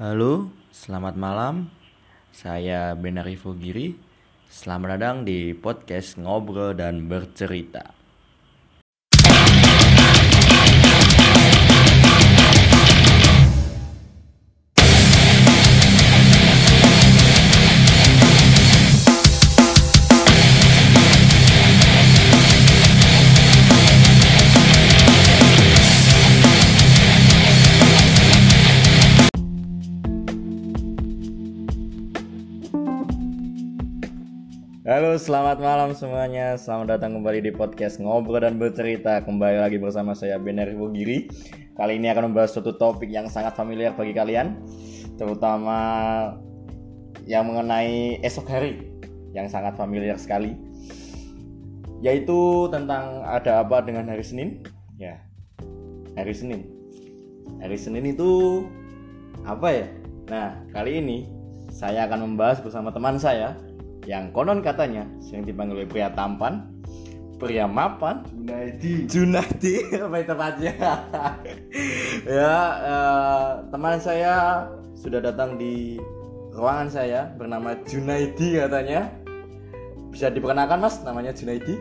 Halo, selamat malam. Saya Benarifo Giri. Selamat datang di podcast Ngobrol dan Bercerita. Halo, selamat malam semuanya. Selamat datang kembali di podcast Ngobrol dan Bercerita. Kembali lagi bersama saya Benarifo Giri. Kali ini akan membahas suatu topik yang sangat familiar bagi kalian, terutama yang mengenai esok hari, yang sangat familiar sekali, yaitu tentang ada apa dengan hari Senin. Ya, hari Senin. Hari Senin itu apa ya? Nah, kali ini saya akan membahas bersama teman saya yang konon katanya sering dipanggil pria tampan, pria mapan, Junaidi apa itu tepatnya. Teman saya sudah datang di ruangan saya bernama Junaidi katanya. Bisa diperkenalkan Mas, namanya Junaidi?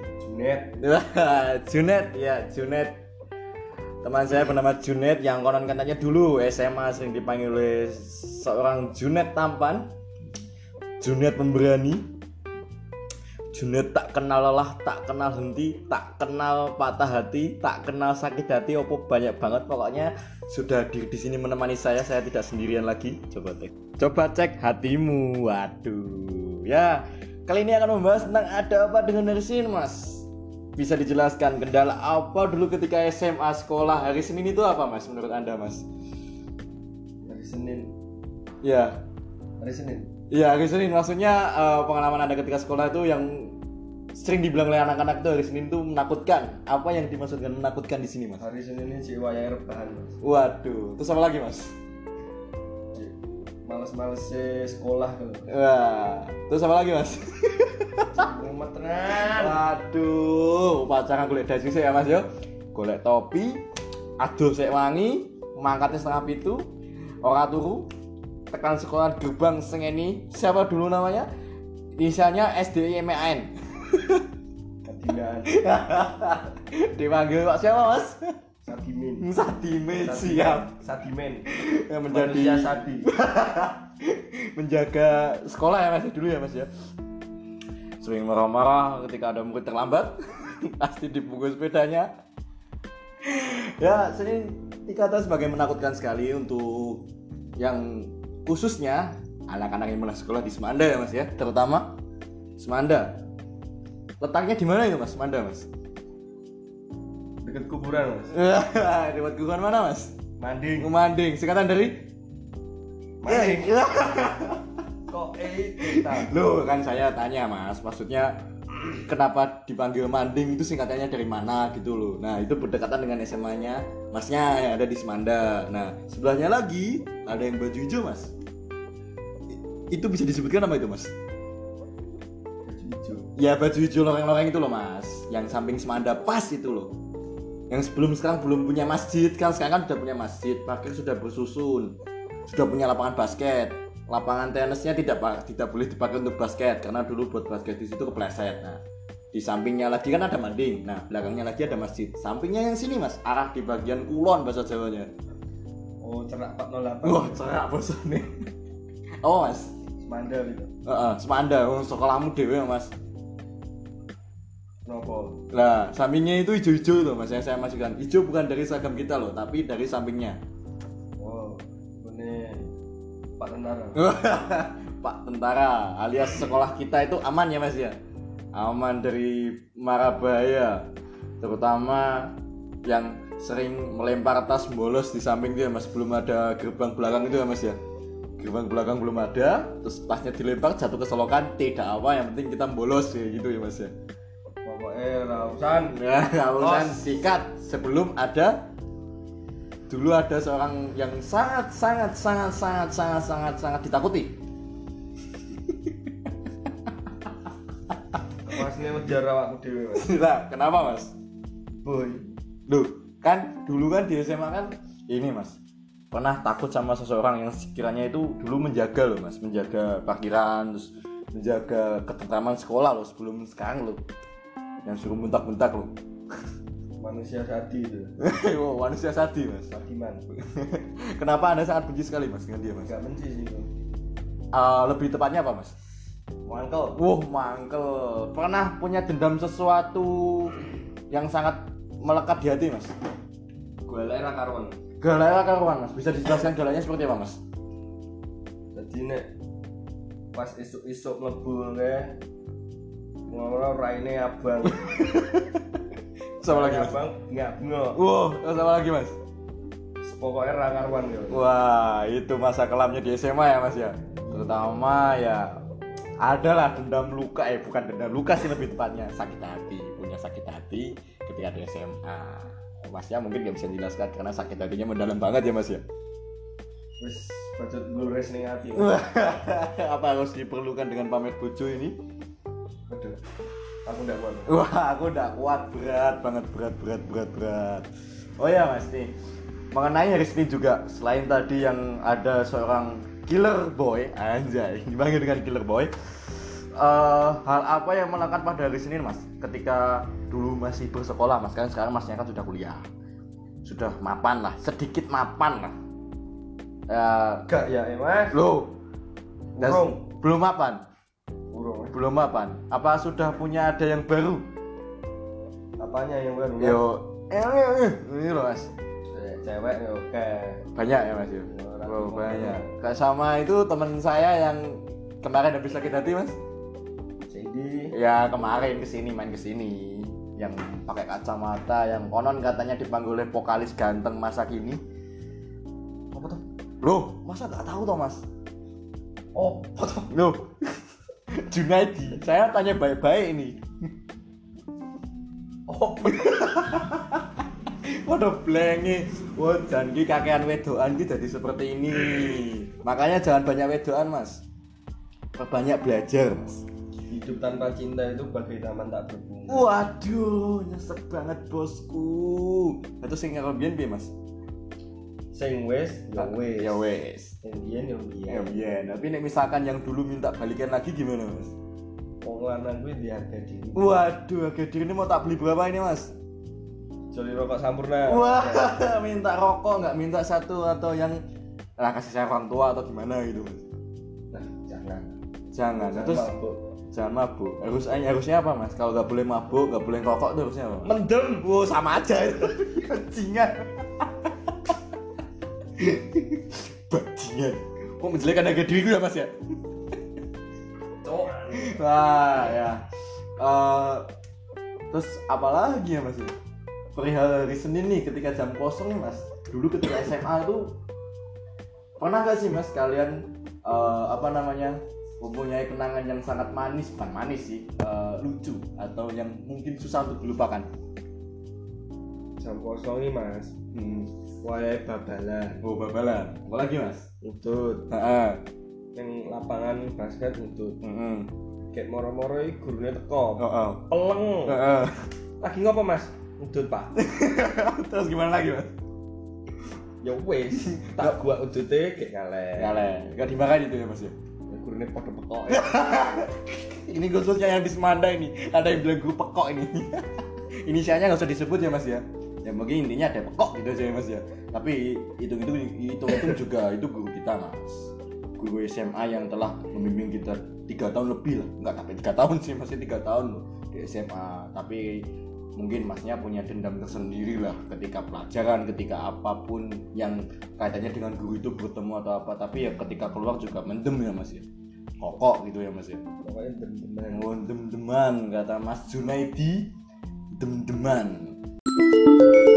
Junet. Teman saya bernama Junet yang konon katanya dulu SMA sering dipanggil oleh seorang Junet tampan, Junet pemberani, Junet tak kenal lelah, tak kenal henti, tak kenal patah hati, tak kenal sakit hati, banyak banget pokoknya. Sudah di sini menemani saya tidak sendirian lagi. Coba cek hatimu. Waduh. Ya, kali ini akan membahas tentang ada apa dengan hari Senin, Mas. Bisa dijelaskan kendala apa dulu ketika SMA sekolah hari Senin itu apa, Mas, menurut Anda, Mas? Hari Senin. Ya. Hari Senin. Iya, hari Senin maksudnya pengalaman Anda ketika sekolah itu yang sering dibilang oleh anak-anak itu hari Senin itu menakutkan. Apa yang dimaksudkan menakutkan di sini, Mas? Hari Senin ini jiwa yang rebahan, Mas. Waduh, terus apa lagi, Mas? Males-males sekolah tuh. Wah, terus apa lagi, Mas? Mumet tenan. Waduh, pacaran golek dasi sik ya, Mas yo. Golek topi, aduh sik wangi, mangkatnya setengah pitu, ora turu. Tekan sekolah gerbang sengeni. Siapa dulu namanya? Inisialnya SDIMAN. Ketinggalan. Dipanggil Pak siapa, Mas? Sadimen siap. Sadimen. Yang menjadi manusia sadi. Menjaga sekolah ya, Mas, dulu ya, Mas ya. Sering marah-marah ketika ada murid terlambat. Pasti dipukul sepedanya. Ya, Senin dikata sebagai menakutkan sekali untuk yang khususnya anak-anak yang mulai sekolah di Semanda ya, Mas ya, terutama Semanda. Letaknya di mana itu, Mas? Semanda, Mas? Dekat kuburan, Mas. Dekat kuburan mana, Mas? Manding. Singkatan dari Manding. Kok kita? Loh, kan saya tanya, Mas. Maksudnya kenapa dipanggil Manding itu singkatannya dari mana gitu loh. Nah, itu berdekatan dengan SMA-nya Masnya yang ada di Semanda. Nah, sebelahnya lagi ada yang baju hijau, Mas. Itu bisa disebutkan apa itu, Mas? Baju hijau. Ya, baju hijau loreng-loreng itu loh, Mas. Yang samping Semanda pas itu loh. Yang sekarang belum punya masjid, kan sekarang kan sudah punya masjid, parkir sudah bersusun. Sudah punya lapangan basket. Lapangan tenisnya tidak boleh dipakai untuk basket karena dulu buat basket di situ kepleset. Nah, di sampingnya lagi kan ada Manding. Nah, belakangnya lagi ada masjid. Sampingnya yang sini, Mas, arah di bagian kulon bahasa Jawanya. Oh, cerak 408. Wah, cerak bos nih. Oh, Mas. Semanda gitu. Semanda, sekolahmu dewe, Mas. Nopo. Lah, sampingnya itu hijau-hijau tuh, Mas. Yang saya masukkan. Hijau bukan dari seragam kita loh, tapi dari sampingnya. Oh, ini Pak Tentara. Pak Tentara alias sekolah kita itu aman ya, Mas ya? Aman dari mara bahaya, terutama yang sering melempar tas bolos di samping itu ya, Mas. Belum ada gerbang belakang itu ya, Mas ya. Gerbang belakang belum ada, terus tasnya dilempar jatuh ke solokan, tidak apa, yang penting kita bolos ya gitu ya, Mas ya. Pokoknya Rausan sikat sebelum ada. Dulu ada seorang yang sangat ditakuti. Mas ini ngejar awakmu dhewe, Mas. Lah, kenapa, Mas? Boy. Loh, kan dulu kan di SMA kan ini, Mas. pernah takut sama seseorang yang sekiranya itu dulu menjaga loh mas, menjaga parkiran, terus menjaga ketentraman sekolah loh sebelum sekarang loh, yang suruh bentak-bentak loh. Manusia sadi itu. Oh, manusia sadi mas. Sadiman. Kenapa anda sangat benci sekali mas dengan dia mas? Enggak benci sih itu. Lebih tepatnya apa mas? Mangkel. Mangkel. Pernah punya dendam sesuatu yang sangat melekat di hati mas? Golek ra karuan. Galak karuan mas, bisa dijelaskan galaknya seperti apa mas? Jadi nek pas isuk-isuk mlebu kae ngono raine abang. Sama lagi mas? Abang enggak bunga. Sama lagi mas? Pokoknya ra karuan ya. Wah, itu masa kelamnya di SMA ya mas ya? Terutama ya adalah dendam luka, bukan dendam luka sih lebih tepatnya, sakit hati, punya sakit hati ketika di SMA. Masnya mungkin gak bisa dijelaskan karena sakit hatinya mendalam banget ya mas ya. Wis bacot glores ning ati. Apa harus diperlukan dengan pamer bojo ini? Aduh. Aku ndak kuat. Wah, aku ndak kuat, berat banget, berat. Oh ya mas nih, mengenai Rizky juga, selain tadi yang ada seorang killer boy, anjay, dipanggil dengan killer boy. Hal apa yang melekat pada Rizky ini mas? Ketika dulu masih bersekolah mas, kan sekarang masnya kan sudah kuliah, sudah mapan lah, sedikit mapan lah. Gak ya mas? Loh, belum mapan. Belum mapan. Apa sudah punya ada yang baru? Apanya yang baru? Yo, ini loh mas. Cewek ya oke. Banyak ya mas yo. Banyak. Kayak sama itu teman saya yang kemarin habis sakit hati mas. Cindy. Ya kemarin main kesini, yang pakai kacamata, yang konon katanya dipanggil oleh vokalis ganteng masa kini. Apa tuh? Loh, masa nggak tahu toh mas? Oh, foto. Loh. Junaidi, saya tanya baik-baik ini. Oh, waduh blengi. Wah, janji kakean wedoan iki jadi seperti ini. Makanya jangan banyak wedoan, Mas. Perbanyak belajar, Mas. hidup tanpa cinta itu bagai taman tak berbunga. Waduh, nyesek banget bosku. Itu sing ngerobian piye, Mas? Sing wes, Ya wes. Sing biyen Ya biyen. Tapi nek misalkan yang dulu minta balikan lagi gimana, Mas? Wong lanang kuwi diharga diri. Waduh, harga diri ini mau tak beli berapa ini, Mas? Joli rokok sampurna. Wah, minta rokok nggak minta satu atau yang kasih sayang orang tua atau gimana gitu, Mas? Nah, jangan. Terus mabuk. jangan mabuk. Harusnya apa, Mas? Kalau nggak boleh mabuk, nggak boleh rokok tuh harusnya apa? Mendem. Wow, sama aja itu. Bajingan. Bajingan. Kok menjelekkan harga diri gue ya, Mas ya? Cok. Wah, ya. Terus apa lagi ya, Mas? Perihal hari Senin nih ketika jam kosong nih, Mas. Dulu ketika SMA tuh pernah gak sih, Mas, kalian mempunyai kenangan yang sangat manis, bukan manis sih, lucu atau yang mungkin susah untuk dilupakan? Jam kosong nih, Mas. Wayahe babalan. Oh, babalan. Apa lagi, Mas? Utut. Heeh. Yang lapangan basket utut. Heeh. Kayak moro-moro iki gurune teko. Heeh. Peleng. Heeh. Lagi ngopo, Mas? Udut, Pak. Terus gimana lagi, Mas? Ya wis, tak gua udute gek ngaleh. Enggak dimakan itu ya, Mas ya. Gurune padha pekok. Ini khususnya yang di Semanda ini. Ada yang bilang guru pekok ini. Inisialnya enggak usah disebut ya, Mas ya. Ya mungkin intinya ada pekok gitu aja ya, Mas ya. Tapi itu juga itu guru kita, Mas. Guru SMA yang telah membimbing kita 3 tahun lebih lah. Enggak sampai 3 tahun sih, masih 3 tahun loh di SMA. Tapi mungkin Masnya punya dendam tersendiri lah ketika pelajaran, ketika apapun yang kaitannya dengan guru itu bertemu atau apa. Tapi ya ketika keluar juga mendem ya, Mas ya. Kokok gitu ya, Mas ya. Pokoknya dem-deman. Oh, dem-deman kata Mas Junaidi, dem-deman.